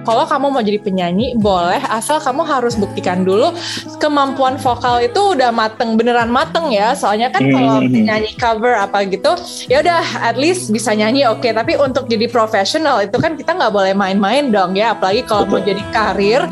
kalau kamu mau jadi penyanyi boleh, asal kamu harus buktikan dulu kemampuan vokal itu udah beneran mateng ya. Soalnya kan kalau penyanyi cover apa gitu, ya udah at least bisa nyanyi oke. Tapi untuk jadi profesional itu kan kita nggak boleh main-main dong ya. Apalagi kalau mau jadi karir.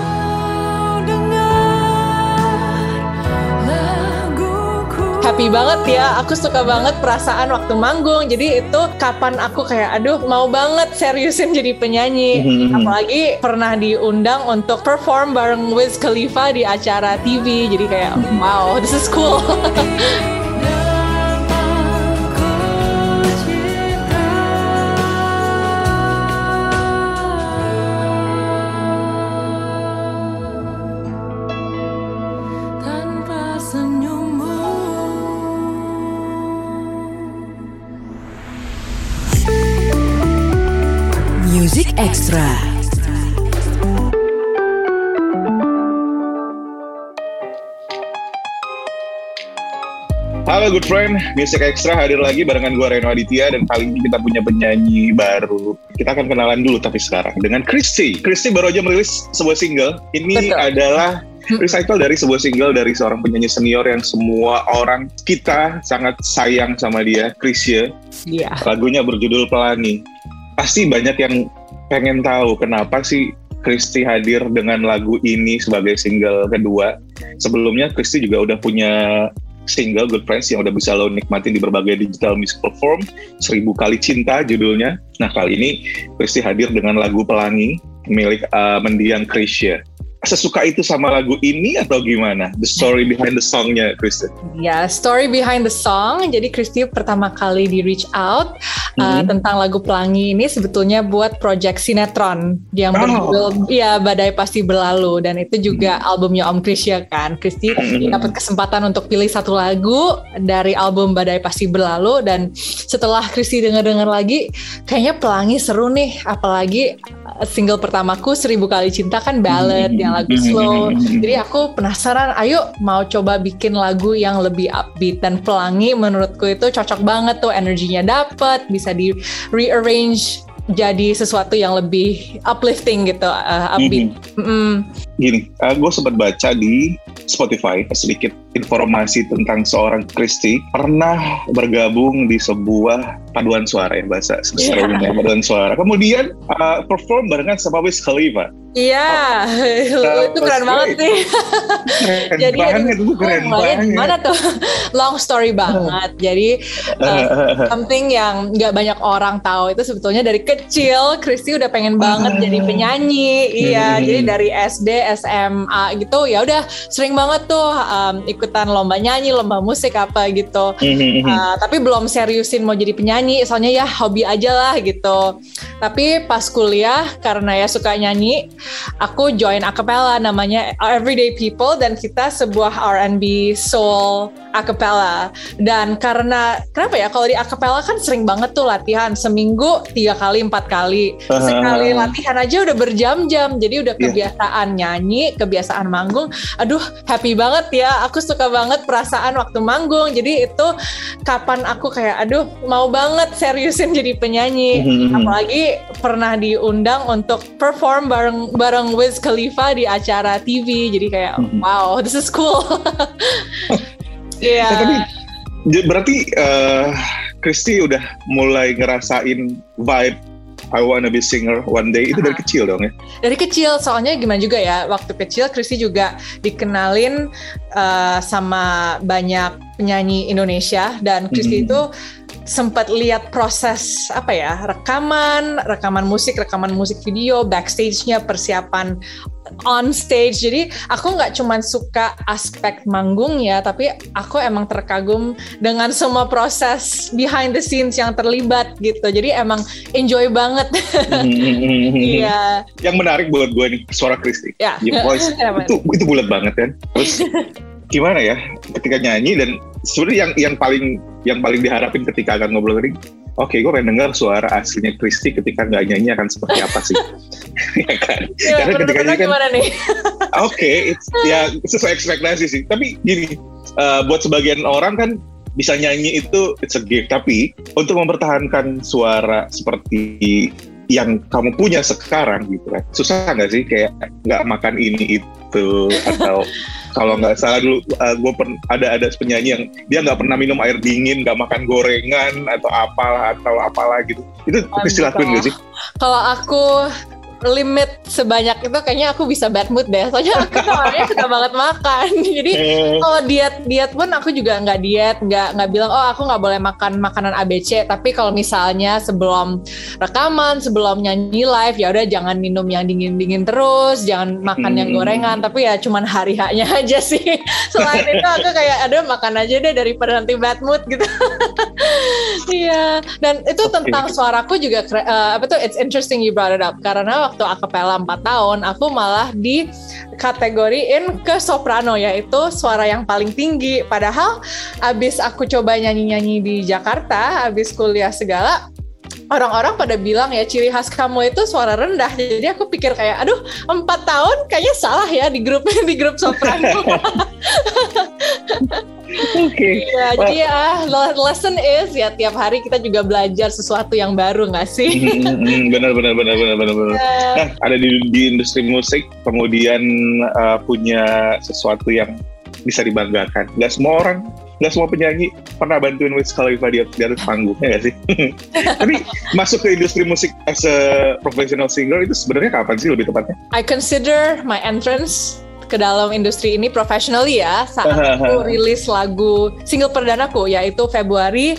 Happy banget ya, aku suka banget perasaan waktu manggung. Jadi itu kapan aku kayak aduh mau banget seriusin jadi penyanyi. Apalagi pernah diundang untuk perform bareng Wiz Khalifa di acara TV. Jadi kayak wow, this is cool. Music Extra. Halo good friend, Music Extra hadir lagi barengan gue Reno Aditya. Dan kali ini kita punya penyanyi baru. Kita akan kenalan dulu tapi sekarang dengan Christy. Christy baru aja merilis sebuah single. Ini adalah recycle dari sebuah single dari seorang penyanyi senior yang semua orang kita sangat sayang sama dia, Chrisye. Iya. Lagunya berjudul Pelangi. Pasti banyak yang pengen tahu kenapa sih Christy hadir dengan lagu ini sebagai single kedua. Sebelumnya Christy juga udah punya single Good Friends yang udah bisa lo nikmatin di berbagai digital music platform. 1000 Kali Cinta judulnya. Nah kali ini Christy hadir dengan lagu Pelangi milik mendiang Chrisye. Sesuka itu sama lagu ini atau gimana? The story behind the songnya, Christy. Ya, story behind the song. Jadi Christy pertama kali di reach out tentang lagu Pelangi ini sebetulnya buat project sinetron yang berjudul Badai Pasti Berlalu, dan itu juga albumnya Om Chrisye kan. Christy dapat kesempatan untuk pilih satu lagu dari album Badai Pasti Berlalu, dan setelah Christy denger lagi, kayaknya Pelangi seru nih, apalagi single pertamaku 1000 Kali Cinta kan ballad yang lagu slow. Jadi aku penasaran, ayo mau coba bikin lagu yang lebih upbeat, dan Pelangi menurutku itu cocok banget tuh, energinya dapet, bisa di rearrange jadi sesuatu yang lebih uplifting gitu, upbeat. Gini, gue sempat baca di Spotify sedikit informasi tentang seorang Christy pernah bergabung di sebuah paduan suara ya, bahasa sebenarnya paduan suara. Kemudian perform barengan sama Wiz Khalifa. Iya, itu keren banget sih. Jadi keren banget. Gimana tuh? Long story banget. Jadi something yang nggak banyak orang tahu itu sebetulnya dari kecil Christy udah pengen banget jadi penyanyi. Iya, jadi dari SD, SMA gitu ya udah sering banget tuh ikutan lomba nyanyi, lomba musik apa gitu. Tapi belum seriusin mau jadi penyanyi, soalnya ya hobi aja lah gitu. Tapi pas kuliah karena ya suka nyanyi, aku join acapella namanya Everyday People, dan kita sebuah R&B soul acapella. Dan kenapa ya, kalau di acapella kan sering banget tuh latihan seminggu 3 kali 4 kali. Sekali latihan aja udah berjam-jam, jadi udah kebiasaan nyanyi, kebiasaan manggung. Aduh happy banget ya, aku suka banget perasaan waktu manggung. Jadi itu kapan aku kayak aduh mau banget seriusin jadi penyanyi. Apalagi pernah diundang untuk perform bareng Wiz Khalifa di acara TV. Jadi kayak wow, this is cool. Iya. Tapi berarti Christy udah mulai ngerasain vibe I wanna be singer one day itu dari kecil dong ya? Dari kecil, soalnya gimana juga ya, waktu kecil Christy juga dikenalin sama banyak penyanyi Indonesia, dan Christy itu sempat lihat proses rekaman musik video, backstage-nya, persiapan on stage. Jadi aku nggak cuma suka aspek manggungnya, tapi aku emang terkagum dengan semua proses behind the scenes yang terlibat gitu. Jadi emang enjoy banget. Iya. Yang menarik buat gue nih suara Christy. Ya. Voice itu bulat banget kan. Terus gimana ya ketika nyanyi, dan sebenarnya yang paling diharapin ketika akan ngobrol tadi, oke, gue pengen dengar suara aslinya Christy ketika nggak nyanyi akan seperti apa sih? Ya kan? Ya, karena ketika nyanyi kan, gimana nih? Ya sesuai ekspektasi sih. Tapi gini, buat sebagian orang kan bisa nyanyi itu it's a gift, tapi untuk mempertahankan suara seperti yang kamu punya sekarang gitu kan. Susah nggak sih kayak nggak makan ini itu, atau kalau nggak salah dulu gue ada penyanyi yang dia nggak pernah minum air dingin, nggak makan gorengan atau apalah gitu. Itu Christy lakuin nggak sih? Kalau aku limit sebanyak itu kayaknya aku bisa bad mood deh, soalnya aku orangnya suka banget makan. Jadi kalau diet pun aku juga nggak diet, nggak bilang aku nggak boleh makan makanan ABC. Tapi kalau misalnya sebelum rekaman, sebelum nyanyi live, ya udah jangan minum yang dingin terus, jangan makan yang gorengan. Tapi ya cuman hari-hanya aja sih. Selain itu aku kayak makan aja deh daripada nanti bad mood gitu. Iya, dan itu tentang suaraku juga it's interesting you brought it up, karena waktu akapela 4 tahun aku malah dikategoriin ke soprano, yaitu suara yang paling tinggi. Padahal abis aku coba nyanyi-nyanyi di Jakarta, abis kuliah segala, orang-orang pada bilang ya ciri khas kamu itu suara rendah. Jadi aku pikir kayak 4 tahun kayaknya salah ya di grup soprano. Oke. Ya, jadi lesson is ya tiap hari kita juga belajar sesuatu yang baru, nggak sih? Benar. Nah, ada di industri musik kemudian punya sesuatu yang bisa dibanggakan. Nggak semua penyanyi pernah bantuin Wiz Khalifa di atas panggung, ya nggak sih? Tapi masuk ke industri musik as a professional singer itu sebenarnya kapan sih lebih tepatnya? I consider my entrance ke dalam industri ini professionally ya saat aku rilis lagu single perdanaku, yaitu Februari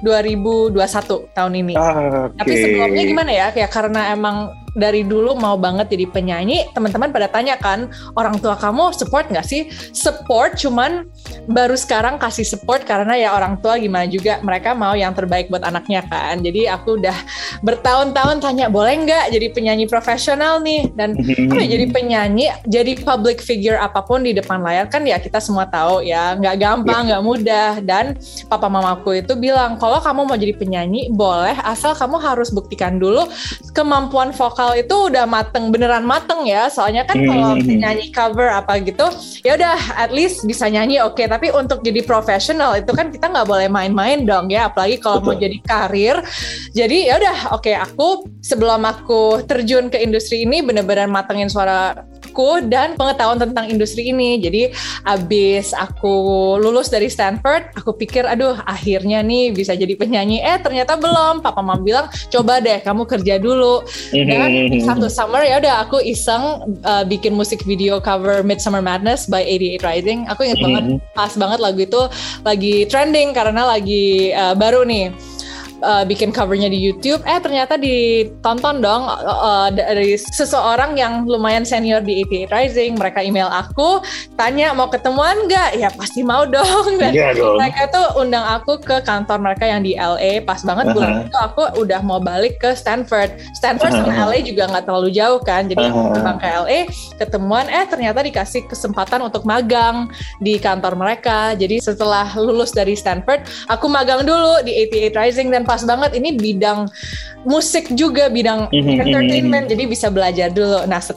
2021 tahun ini. Tapi sebelumnya gimana ya? Ya karena emang dari dulu mau banget jadi penyanyi, teman-teman pada tanya kan, orang tua kamu support nggak sih? Support, cuman baru sekarang kasih support karena ya orang tua gimana juga, mereka mau yang terbaik buat anaknya kan. Jadi aku udah bertahun-tahun tanya, boleh nggak jadi penyanyi profesional nih? Dan jadi penyanyi, jadi public figure apapun di depan layar kan ya kita semua tahu ya, nggak gampang, nggak mudah. Dan papa mamaku itu bilang, kalau kamu mau jadi penyanyi boleh, asal kamu harus buktikan dulu kemampuan vokal itu udah beneran mateng ya. Soalnya kan kalau nyanyi cover apa gitu, ya udah at least bisa nyanyi oke. Tapi untuk jadi profesional itu kan kita nggak boleh main-main dong ya. Apalagi kalau mau jadi karir. Jadi ya udah oke, aku sebelum aku terjun ke industri ini bener-bener matengin suaraku dan pengetahuan tentang industri ini. Jadi abis aku lulus dari Stanford, aku pikir akhirnya nih bisa jadi penyanyi. Ternyata belum. Papa mama bilang coba deh kamu kerja dulu. Dan satu summer ya udah aku iseng bikin musik video cover Midsummer Madness by 88 Rising. Aku inget banget, pas banget lagu itu lagi trending karena lagi baru nih. Bikin covernya di YouTube, ternyata ditonton dong dari seseorang yang lumayan senior di 88 Rising. Mereka email aku, tanya mau ketemuan nggak? Ya pasti mau dong. Dan mereka tuh undang aku ke kantor mereka yang di LA. Pas banget bulan itu aku udah mau balik ke Stanford sama LA juga nggak terlalu jauh kan. Jadi aku terbang ke LA, ketemuan, ternyata dikasih kesempatan untuk magang di kantor mereka. Jadi setelah lulus dari Stanford, aku magang dulu di 88 Rising. Dan pas banget ini bidang musik juga, bidang entertainment, jadi bisa belajar dulu. Nah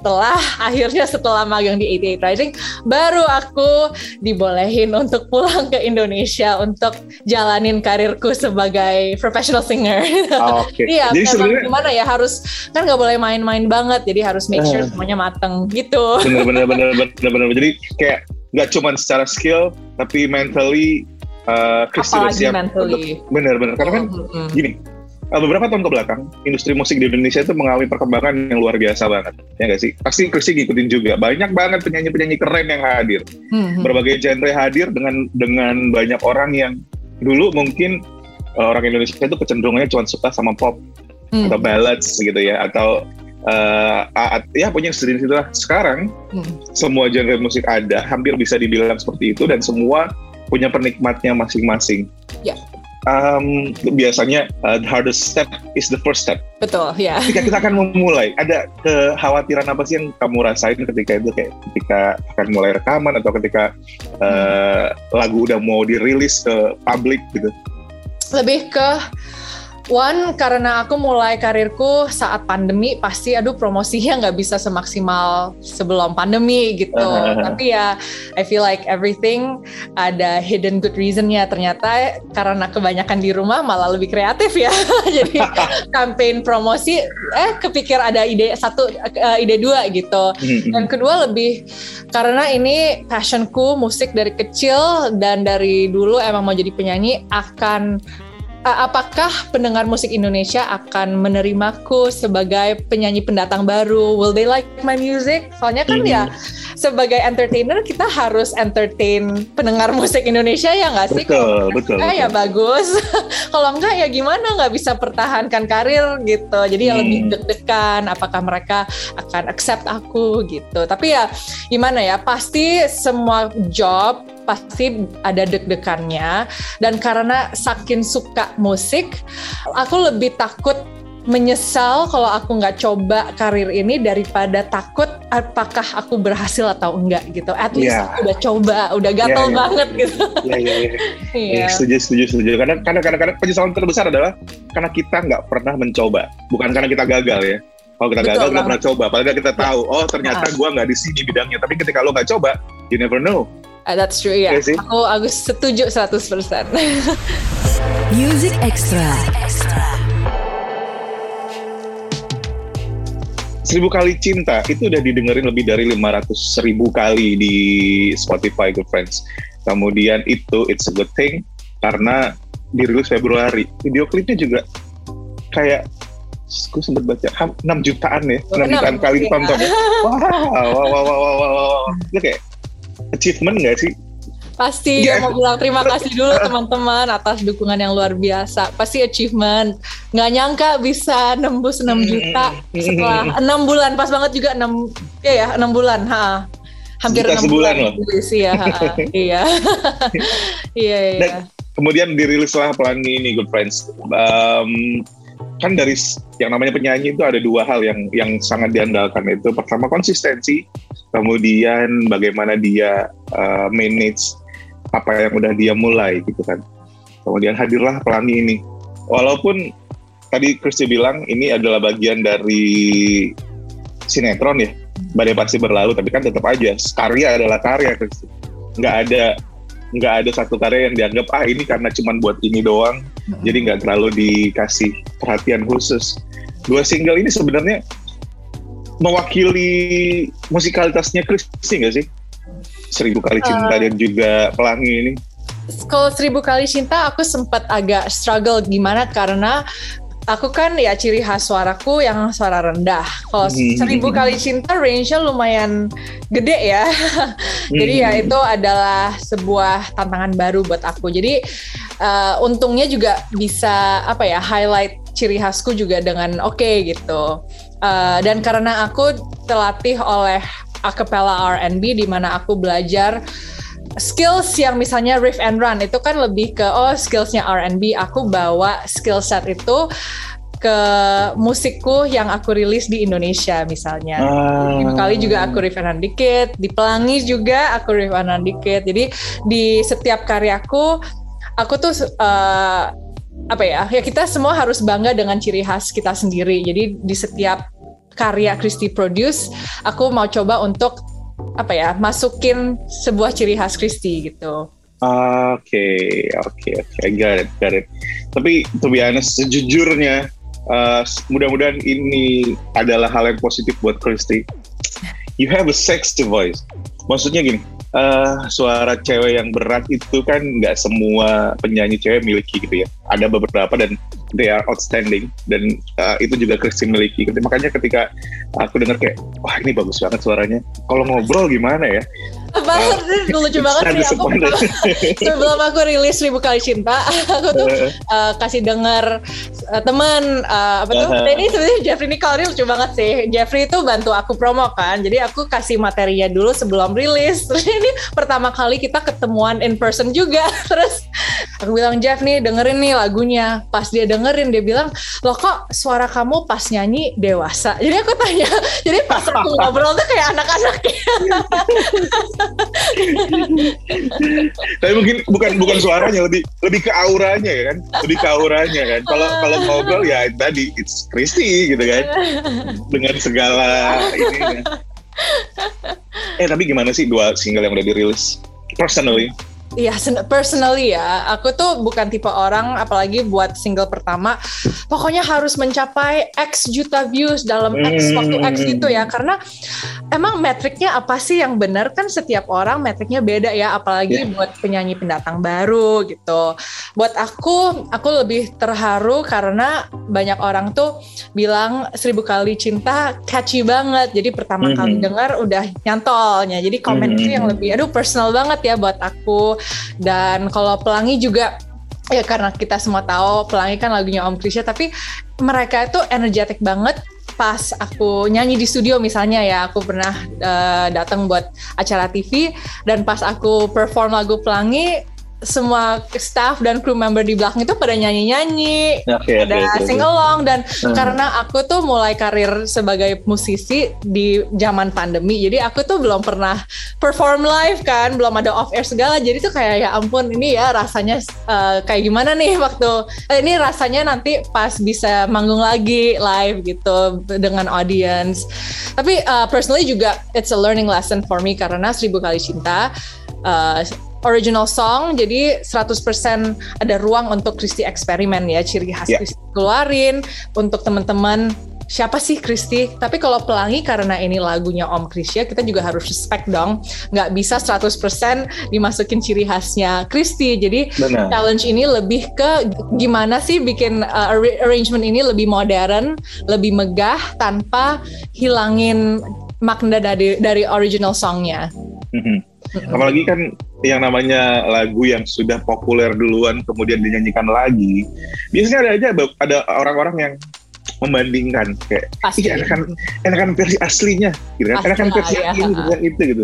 setelah magang di 88 Rising, baru aku dibolehin untuk pulang ke Indonesia untuk jalanin karirku sebagai professional singer. Iya, jadi sebenarnya gimana ya, harus kan nggak boleh main-main banget, jadi harus make sure semuanya mateng gitu. Bener. Jadi kayak nggak cuma secara skill, tapi mentally Christy udah siap untuk benar-benar, karena kan gini, beberapa tahun ke belakang industri musik di Indonesia itu mengalami perkembangan yang luar biasa banget, ya nggak sih? Pasti Christy ngikutin juga, banyak banget penyanyi-penyanyi keren yang hadir, berbagai genre hadir dengan banyak orang yang dulu mungkin orang Indonesia itu kecenderungannya cuma suka sama pop atau ballads gitu ya, atau ya punya sejenis itu lah. Sekarang semua genre musik ada, hampir bisa dibilang seperti itu, dan semua punya penikmatnya masing-masing. Ya. Biasanya the hardest step is the first step. Betul, ya. Ketika kita akan memulai, ada kekhawatiran apa sih yang kamu rasain ketika itu, kayak ketika akan mulai rekaman atau ketika lagu udah mau dirilis ke publik gitu? Lebih ke One, karena aku mulai karirku saat pandemi, pasti promosinya nggak bisa semaksimal sebelum pandemi gitu. Tapi ya, I feel like everything ada hidden good reasonnya. Ternyata karena kebanyakan di rumah malah lebih kreatif ya. Jadi campaign promosi, kepikir ada ide satu, ide dua gitu. Dan kedua lebih karena ini passionku musik dari kecil dan dari dulu emang mau jadi penyanyi. Apakah pendengar musik Indonesia akan menerimaku sebagai penyanyi pendatang baru? Will they like my music? Soalnya kan ya sebagai entertainer kita harus entertain pendengar musik Indonesia ya nggak sih? Betul. Ya bagus. Kalau enggak ya gimana, nggak bisa pertahankan karir gitu. Jadi ya lebih deg-degan apakah mereka akan accept aku gitu. Tapi ya gimana ya, pasti semua job pasti ada deg-degannya, dan karena saking suka musik, aku lebih takut menyesal kalau aku nggak coba karir ini daripada takut apakah aku berhasil atau enggak gitu. At least aku udah coba, udah gatel banget gitu. Iya. Setuju. Karena penyesalan terbesar adalah karena kita nggak pernah mencoba, bukan karena kita gagal ya. Kalau kita gagal nggak pernah coba, padahal kita tahu, ternyata gue nggak di sini bidangnya. Tapi ketika lo nggak coba, you never know. That's true ya. Aku setuju 100%. Music Extra. 1000 Kali Cinta itu udah didengerin lebih dari 500.000 kali di Spotify, good friends. Kemudian itu It's a Good Thing karena dirilis Februari. Video klipnya juga kayak gue sempat baca 6 jutaan ya, 6 jutaan kali ditonton. Wow. Itu kayak achievement gak sih? Pasti mau bilang terima kasih dulu teman-teman atas dukungan yang luar biasa. Pasti achievement. Nggak nyangka bisa nembus 6 juta setelah 6 bulan. Pas banget juga 6 bulan. Hampir 6 bulan loh. Iya. Dan kemudian dirilislah Pelangi ini, good friends. Kan dari yang namanya penyanyi itu ada 2 hal yang sangat diandalkan, itu pertama konsistensi, kemudian bagaimana dia manage apa yang udah dia mulai gitu kan. Kemudian hadirlah Pelangi ini, walaupun tadi Christy bilang ini adalah bagian dari sinetron ya, Badai Pasti Berlalu, tapi kan tetap aja karya adalah karya, Christy. Nggak ada satu karya yang dianggap ini karena cuma buat ini doang, jadi nggak terlalu dikasih perhatian khusus. 2 single ini sebenarnya mewakili musikalitasnya Christy nggak sih? 1000 Kali Cinta dan juga Pelangi ini. Kalau 1000 Kali Cinta aku sempat agak struggle gimana, karena aku kan ya ciri khas suaraku yang suara rendah. Kalau 1000 Kali Cinta range-nya lumayan gede ya. Jadi ya itu adalah sebuah tantangan baru buat aku. Jadi untungnya juga bisa highlight ciri khasku juga dengan oke gitu. Dan karena aku terlatih oleh acapella R&B di mana aku belajar skills yang misalnya riff and run, itu kan lebih ke skillsnya R&B, aku bawa skill set itu ke musikku yang aku rilis di Indonesia misalnya. Kali juga aku riff and run dikit, di Pelangi juga aku riff and run dikit. Jadi di setiap karyaku aku tuh kita semua harus bangga dengan ciri khas kita sendiri. Jadi di setiap karya Christy produce, aku mau coba untuk masukin sebuah ciri khas Christy gitu. Oke, got it. Tapi to be honest, sejujurnya mudah-mudahan ini adalah hal yang positif buat Christy. You have a sexy voice. Maksudnya gini, suara cewek yang berat itu kan nggak semua penyanyi cewek miliki gitu ya. Ada beberapa dan they are outstanding, dan itu juga Christy miliki. Makanya ketika aku dengar kayak, wah ini bagus banget suaranya. Kalau ngobrol gimana ya? Lucu banget sih. Aku sebelum aku rilis 1000 Kali Cinta, aku tuh kasih denger teman ini sebenarnya Jeffrey Nicole, ini lucu banget sih. Jeffrey itu bantu aku promo kan, jadi aku kasih materinya dulu sebelum rilis. Terus ini pertama kali kita ketemuan in person juga. Terus aku bilang, Jeff nih dengerin nih lagunya. Pas dia dengerin, dia bilang, loh kok suara kamu pas nyanyi dewasa. Jadi aku tanya, jadi pas aku ngobrol tuh kayak anak-anak. Tapi mungkin bukan suaranya, lebih ke auranya ya kan, Kalau ngobrol ya tadi it's Christy gitu kan, dengan segala ini. Tapi gimana sih 2 single yang udah dirilis personally? Iya, personally ya, aku tuh bukan tipe orang, apalagi buat single pertama, pokoknya harus mencapai X juta views dalam X waktu X gitu ya, karena emang metriknya apa sih yang benar, kan setiap orang metriknya beda ya, apalagi buat penyanyi pendatang baru gitu. Buat aku lebih terharu karena banyak orang tuh bilang 1000 Kali Cinta catchy banget, jadi pertama kali dengar udah nyantolnya, jadi komen itu yang lebih, personal banget ya buat aku. Dan kalau Pelangi juga ya, karena kita semua tahu Pelangi kan lagunya Om Krisya, tapi mereka itu energetik banget. Pas aku nyanyi di studio misalnya ya, aku pernah datang buat acara TV, dan pas aku perform lagu Pelangi, semua staff dan kru member di belakang itu pada nyanyi-nyanyi, pada sing along. Dan karena aku tuh mulai karir sebagai musisi di zaman pandemi, jadi aku tuh belum pernah perform live kan, belum ada off air segala, jadi tuh kayak ya ampun, ini ya rasanya kayak gimana nih waktu ini rasanya nanti pas bisa manggung lagi live gitu dengan audience. Tapi personally juga it's a learning lesson for me, karena 1000 Kali Cinta original song, jadi 100% ada ruang untuk Christy eksperimen ya, ciri khas Christy keluarin untuk teman-teman. Siapa sih Christy? Tapi kalau Pelangi karena ini lagunya Om Krisya, kita juga harus respect dong. Nggak bisa 100% dimasukin ciri khasnya Christy. Jadi challenge ini lebih ke gimana sih bikin arrangement ini lebih modern, lebih megah tanpa hilangin makna dari original songnya. Apalagi kan yang namanya lagu yang sudah populer duluan kemudian dinyanyikan lagi, biasanya ada orang-orang yang membandingkan kayak enakan versi aslinya gitu kan, enakan versi ini itu gitu.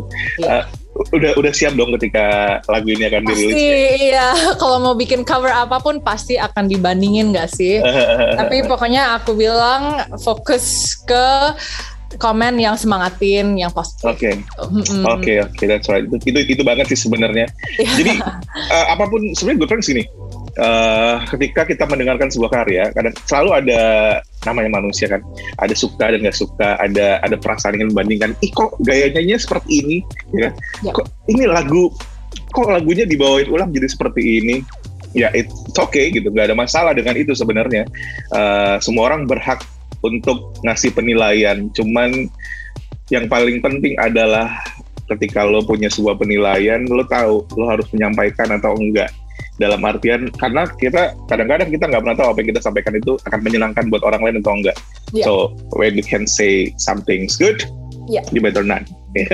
Udah siap dong ketika lagu ini akan dirilis? Pasti iya, kalau mau bikin cover apapun pasti akan dibandingin nggak sih? Tapi pokoknya aku bilang fokus ke komen yang semangatin, yang positif. Oke, that's right. Itu banget sih sebenarnya. Jadi apapun sebenarnya Good Friends gini. Ketika kita mendengarkan sebuah karya, kadang selalu ada namanya manusia kan, ada suka dan nggak suka, ada perasaan ingin membandingkan. Kok gayanya seperti ini, ya? Kok ini lagunya dibawain ulang jadi seperti ini? Ya, it's okay gitu, nggak ada masalah dengan itu sebenarnya. Semua orang berhak untuk ngasih penilaian, cuman yang paling penting adalah ketika lo punya sebuah penilaian, lo tahu lo harus menyampaikan atau enggak. Dalam artian, karena kita kadang-kadang kita nggak pernah tahu apa yang kita sampaikan itu akan menyenangkan buat orang lain atau enggak. So when you can say something's good, you better not.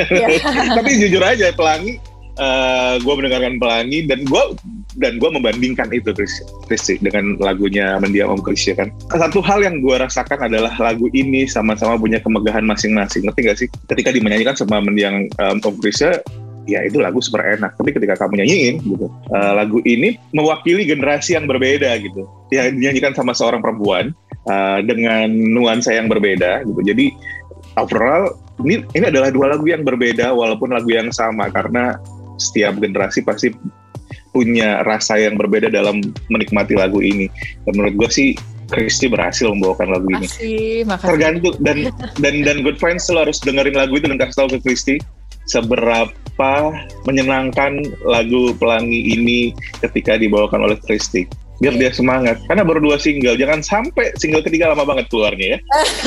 Tapi jujur aja, Pelangi, gue mendengarkan Pelangi dan gue membandingkan itu Christy dengan lagunya Mendiam Om Krisya kan. Satu hal yang gue rasakan adalah lagu ini sama-sama punya kemegahan masing-masing. Ngerti gak sih? Ketika dimenyanyikan sama Mendiam Om Krisya, ya itu lagu super enak. Tapi ketika kamu nyanyiin gitu, lagu ini mewakili generasi yang berbeda gitu. Ya dinyanyikan sama seorang perempuan dengan nuansa yang berbeda gitu. Jadi overall ini adalah 2 lagu yang berbeda walaupun lagu yang sama, karena setiap generasi pasti punya rasa yang berbeda dalam menikmati lagu ini. Dan menurut gue sih Christy berhasil membawakan lagu ini. Makasih. Tergantung dan Good Friends lo harus dengerin lagu itu dan kasih tahu ke Christy seberapa menyenangkan lagu Pelangi ini ketika dibawakan oleh Christy. Biar dia semangat, karena baru 2 single, jangan sampai single ketiga lama banget keluarnya ya.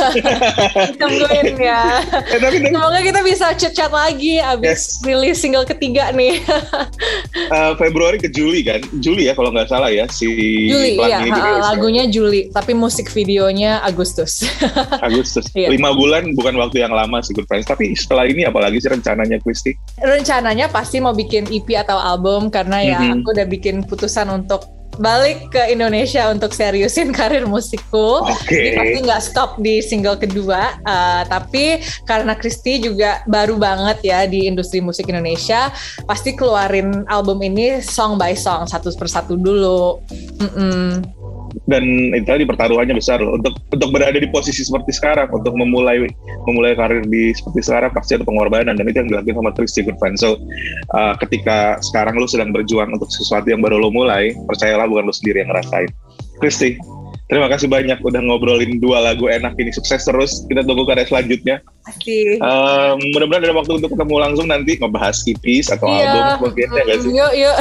Tungguin ya. Semoga kita bisa chat-chat lagi abis rilis single ketiga nih. Februari ke Juli kan, Juli ya kalau nggak salah ya si Juli. Pelangi iya, lagunya Juli, tapi musik videonya Agustus. 5 bulan bukan waktu yang lama sih Good Friends. Tapi setelah ini apalagi sih rencananya Christy? Rencananya pasti mau bikin EP atau album, karena ya aku udah bikin putusan untuk balik ke Indonesia untuk seriusin karir musikku. Jadi pasti nggak stop di single kedua, tapi karena Christy juga baru banget ya di industri musik Indonesia, pasti keluarin album ini song by song, satu persatu dulu. Dan itu tadi pertaruhannya besar loh. Untuk berada di posisi seperti sekarang, untuk memulai karir di seperti sekarang pasti ada pengorbanan, dan itu yang dilakukan sama Christy Goodfriend. So ketika sekarang lu sedang berjuang untuk sesuatu yang baru lo mulai, percayalah bukan lo sendiri yang ngerasain. Christy, terima kasih banyak udah ngobrolin 2 lagu enak ini. Sukses terus, kita tunggu karya selanjutnya. Pasti. Mudah-mudahan ada waktu untuk ketemu langsung nanti ngebahas EPs atau album mungkin, ya gak sih? Yuk.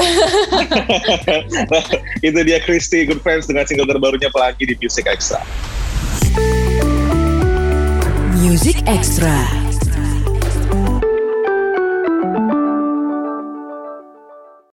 Itu dia Christy Goodfriend dengan single terbarunya Pelangi di Music Extra. Music Extra.